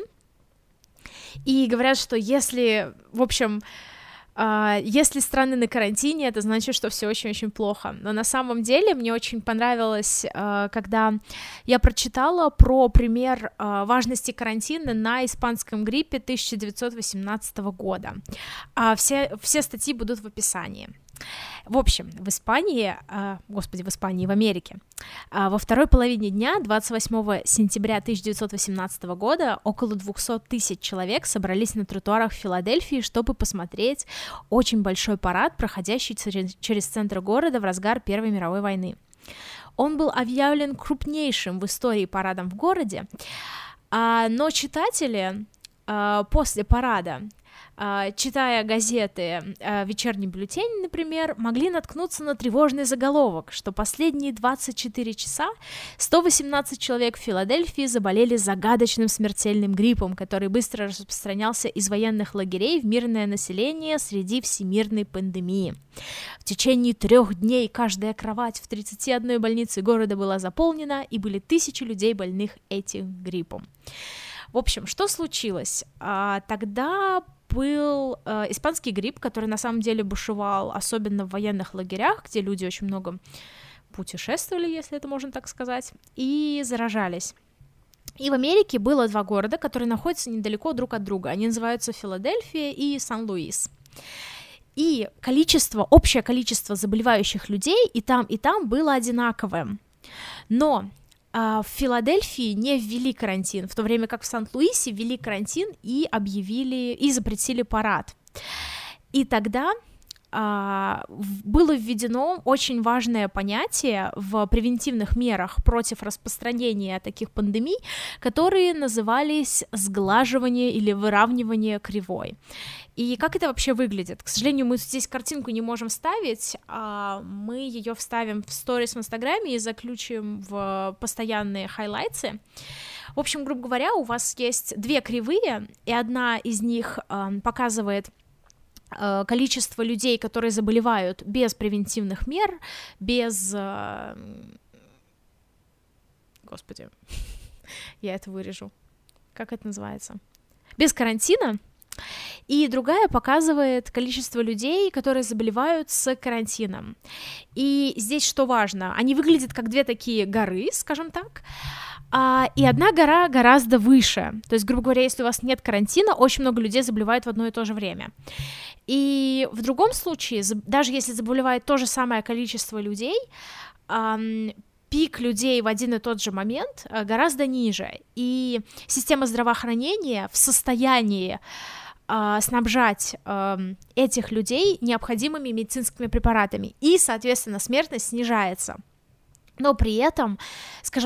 и говорят, что если, в общем... Uh, если страны на карантине, это значит, что все очень-очень плохо. Но на самом деле мне очень понравилось, uh, когда я прочитала про пример uh, важности карантина на испанском гриппе тысяча девятьсот восемнадцатого года. Uh, все, все статьи будут в описании. В общем, в Испании, э, господи, в Испании, в Америке, э, во второй половине дня, двадцать восьмого сентября тысяча девятьсот восемнадцатого года, около двести тысяч человек собрались на тротуарах Филадельфии, чтобы посмотреть очень большой парад, проходящий через, через центр города в разгар Первой мировой войны. Он был объявлен крупнейшим в истории парадом в городе, э, но читатели э, после парада, читая газеты, вечерний бюллетень, например, могли наткнуться на тревожный заголовок, что последние двадцать четыре часа сто восемнадцать человек в Филадельфии заболели загадочным смертельным гриппом, который быстро распространялся из военных лагерей в мирное население среди всемирной пандемии. В течение трех дней каждая кровать в тридцати одной больнице города была заполнена, и были тысячи людей, больных этим гриппом. В общем, что случилось? Тогда был э, испанский грипп, который на самом деле бушевал, особенно в военных лагерях, где люди очень много путешествовали, если это можно так сказать, и заражались. И в Америке было два города, которые находятся недалеко друг от друга. Они называются Филадельфия и Сан-Луис. И количество, общее количество заболевающих людей и там, и там было одинаковым. Но в Филадельфии не ввели карантин, в то время как в Сан-Луисе ввели карантин и объявили, и запретили парад. И тогда а, было введено очень важное понятие в превентивных мерах против распространения таких пандемий, которые назывались сглаживание или выравнивание кривой. И как это вообще выглядит? К сожалению, мы здесь картинку не можем вставить, а мы ее вставим в сторис в Инстаграме и заключим в постоянные хайлайтсы. В общем, грубо говоря, у вас есть две кривые, и одна из них э, показывает э, количество людей, которые заболевают без превентивных мер, без... Э... Господи, я это вырежу. Как это называется? Без карантина. И другая показывает количество людей, которые заболевают с карантином. И здесь что важно, они выглядят как две такие горы, скажем так, а, и одна гора гораздо выше. То есть, грубо говоря, если у вас нет карантина, очень много людей заболевает в одно и то же время. И в другом случае, даже если заболевает то же самое количество людей, ам, пик людей в один и тот же момент гораздо ниже. И система здравоохранения в состоянии снабжать э, этих людей необходимыми медицинскими препаратами, и, соответственно, смертность снижается. Но при этом, скажем так,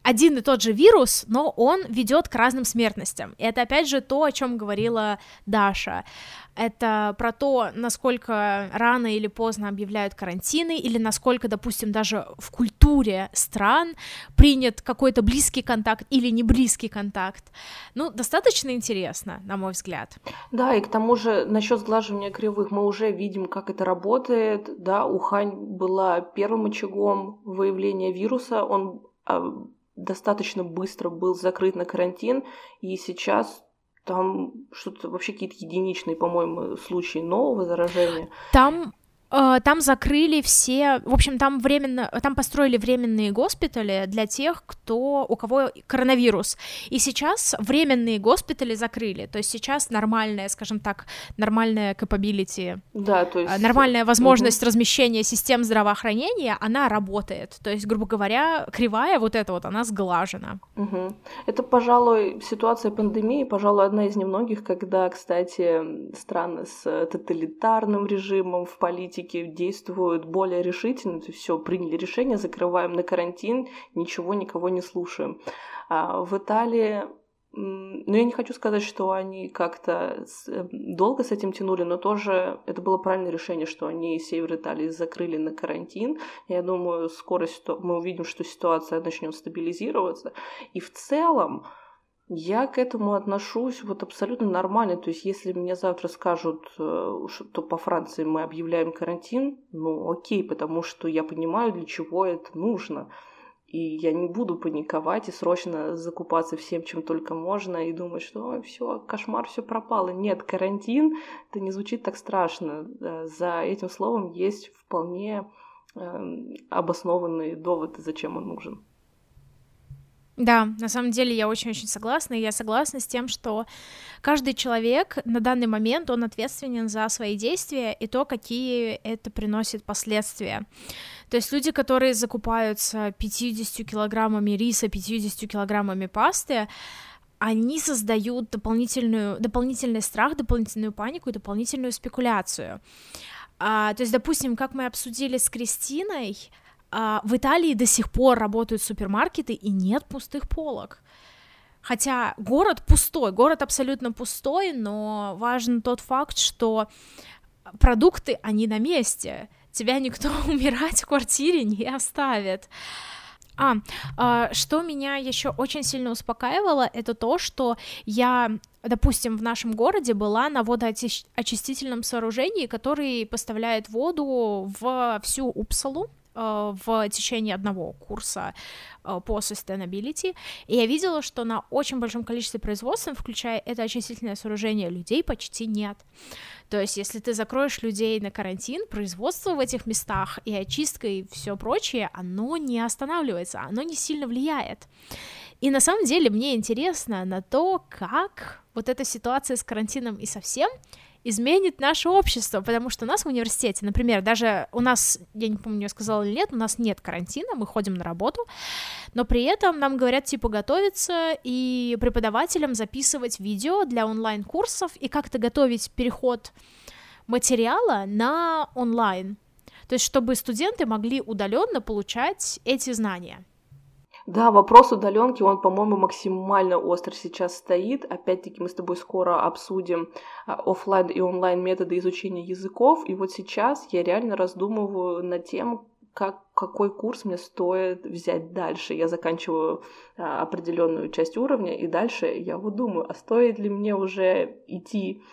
один и тот же вирус, но он ведет к разным смертностям. И это, опять же, то, о чем говорила Даша. Это про то, насколько рано или поздно объявляют карантины, или насколько, допустим, даже в культуре стран принят какой-то близкий контакт или не близкий контакт. Ну, достаточно интересно, на мой взгляд. Да, и к тому же насчет сглаживания кривых мы уже видим, как это работает. Да, Ухань была первым очагом выявления вируса, он достаточно быстро был закрыт на карантин, и сейчас там что-то вообще какие-то единичные, по-моему, случаи нового заражения. Там Там закрыли все, в общем, там временно, там построили временные госпитали для тех, кто, у кого коронавирус, и сейчас временные госпитали закрыли, то есть сейчас нормальная, скажем так, нормальная capability, да, то есть... нормальная возможность угу. размещения систем здравоохранения, она работает, то есть, грубо говоря, кривая вот эта вот, она сглажена. Угу. Это, пожалуй, ситуация пандемии, пожалуй, одна из немногих, когда, кстати, страны с тоталитарным режимом в политике действуют более решительно, то есть все, приняли решение, закрываем на карантин, ничего, никого не слушаем. А в Италии, ну, я не хочу сказать, что они как-то долго с этим тянули, но тоже это было правильное решение, что они север Италии закрыли на карантин. Я думаю, скоро мы увидим, что ситуация начнет стабилизироваться. И в целом, я к этому отношусь вот абсолютно нормально. То есть, если мне завтра скажут, что по Франции мы объявляем карантин, ну окей, потому что я понимаю, для чего это нужно. И я не буду паниковать и срочно закупаться всем, чем только можно, и думать, что все, кошмар, все пропало. Нет, карантин, это не звучит так страшно. За этим словом есть вполне обоснованные доводы, зачем он нужен. Да, на самом деле я очень-очень согласна, и я согласна с тем, что каждый человек на данный момент, он ответственен за свои действия и то, какие это приносит последствия. То есть люди, которые закупаются пятьюдесятью килограммами риса, пятьюдесятью килограммами пасты, они создают дополнительную, дополнительный страх, дополнительную панику и дополнительную спекуляцию. А, то есть, допустим, как мы обсудили с Кристиной, в Италии до сих пор работают супермаркеты, и нет пустых полок. Хотя город пустой, город абсолютно пустой, но важен тот факт, что продукты, они на месте. Тебя никто умирать в квартире не оставит. А, а, что меня еще очень сильно успокаивало, это то, что я, допустим, в нашем городе была на водоочистительном сооружении, который поставляет воду в всю Упсалу в течение одного курса по sustainability, и я видела, что на очень большом количестве производств, включая это очистительное сооружение, людей почти нет. То есть, если ты закроешь людей на карантин, производство в этих местах и очистка и все прочее, оно не останавливается, оно не сильно влияет. И на самом деле мне интересно на то, как вот эта ситуация с карантином и со всем изменит наше общество, потому что у нас в университете, например, даже у нас, я не помню, я сказала или нет, у нас нет карантина, мы ходим на работу, но при этом нам говорят, типа, готовиться и преподавателям записывать видео для онлайн-курсов и как-то готовить переход материала на онлайн, то есть чтобы студенты могли удаленно получать эти знания. Да, вопрос удаленки, он, по-моему, максимально остро сейчас стоит. Опять-таки, мы с тобой скоро обсудим офлайн и онлайн методы изучения языков. И вот сейчас я реально раздумываю над тем, как, какой курс мне стоит взять дальше. Я заканчиваю а, определенную часть уровня, и дальше я вот думаю, а стоит ли мне уже идти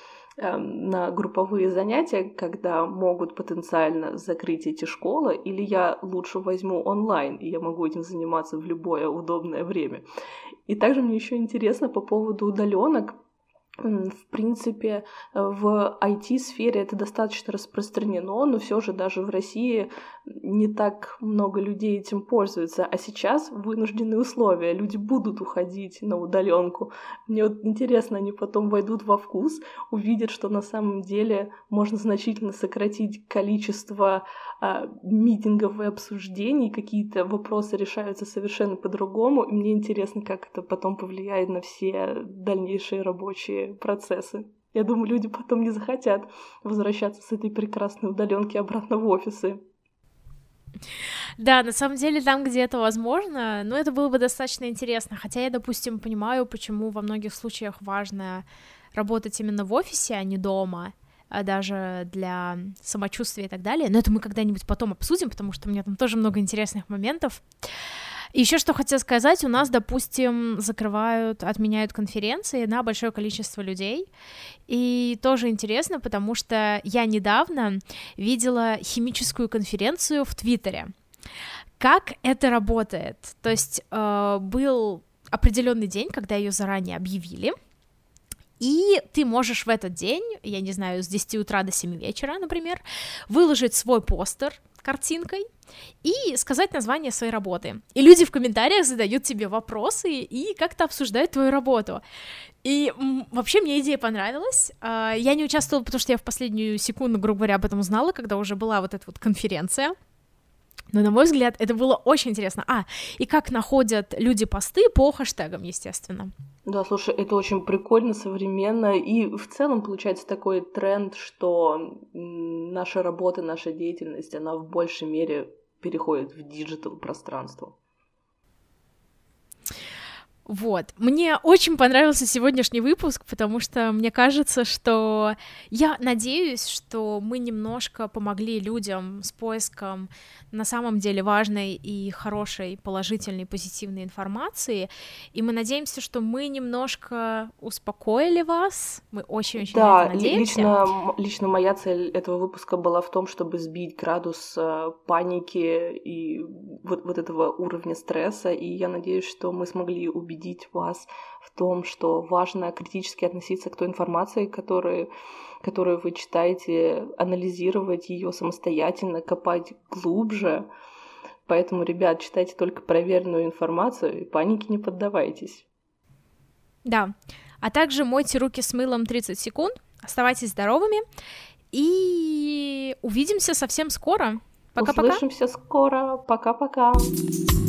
на групповые занятия, когда могут потенциально закрыть эти школы, или я лучше возьму онлайн, и я могу этим заниматься в любое удобное время. И также мне еще интересно по поводу удаленок. В принципе, в ай ти-сфере это достаточно распространено, но все же даже в России не так много людей этим пользуются. А сейчас вынужденные условия. Люди будут уходить на удаленку. Мне вот интересно, они потом войдут во вкус, увидят, что на самом деле можно значительно сократить количество а, митингов и обсуждений, какие-то вопросы решаются совершенно по-другому. И мне интересно, как это потом повлияет на все дальнейшие рабочие процессы. Я думаю, люди потом не захотят возвращаться с этой прекрасной удаленки обратно в офисы. Да, на самом деле там, где это возможно, ну, это было бы достаточно интересно, хотя я, допустим, понимаю, почему во многих случаях важно работать именно в офисе, а не дома, а даже для самочувствия и так далее, но это мы когда-нибудь потом обсудим, потому что у меня там тоже много интересных моментов. Еще что хотела сказать, у нас, допустим, закрывают, отменяют конференции на большое количество людей, и тоже интересно, потому что я недавно видела химическую конференцию в Твиттере. Как это работает? То есть э, был определенный день, когда ее заранее объявили, и ты можешь в этот день, я не знаю, с десяти утра до семи вечера, например, выложить свой постер картинкой и сказать название своей работы. И люди в комментариях задают тебе вопросы и как-то обсуждают твою работу. И м, вообще мне идея понравилась. А, я не участвовала, потому что я в последнюю секунду, грубо говоря, об этом узнала, когда уже была вот эта вот конференция. Но, на мой взгляд, это было очень интересно. А, и как находят люди посты по хэштегам, естественно. Да, слушай, это очень прикольно, современно, и в целом получается такой тренд, что наша работа, наша деятельность, она в большей мере переходит в диджитал-пространство. Вот. Мне очень понравился сегодняшний выпуск, потому что мне кажется, что я надеюсь, что мы немножко помогли людям с поиском на самом деле важной и хорошей, положительной, позитивной информации, и мы надеемся, что мы немножко успокоили вас, мы очень-очень да, на это надеемся. Лично, лично моя цель этого выпуска была в том, чтобы сбить градус э, паники и вот, вот этого уровня стресса, и я надеюсь, что мы смогли убедить вас в том, что важно критически относиться к той информации, которую, которую вы читаете, анализировать ее самостоятельно, копать глубже. Поэтому, ребят, читайте только проверенную информацию и панике не поддавайтесь. Да, а также мойте руки с мылом тридцать секунд, оставайтесь здоровыми и увидимся совсем скоро. Пока-пока. Услышимся скоро. Пока-пока.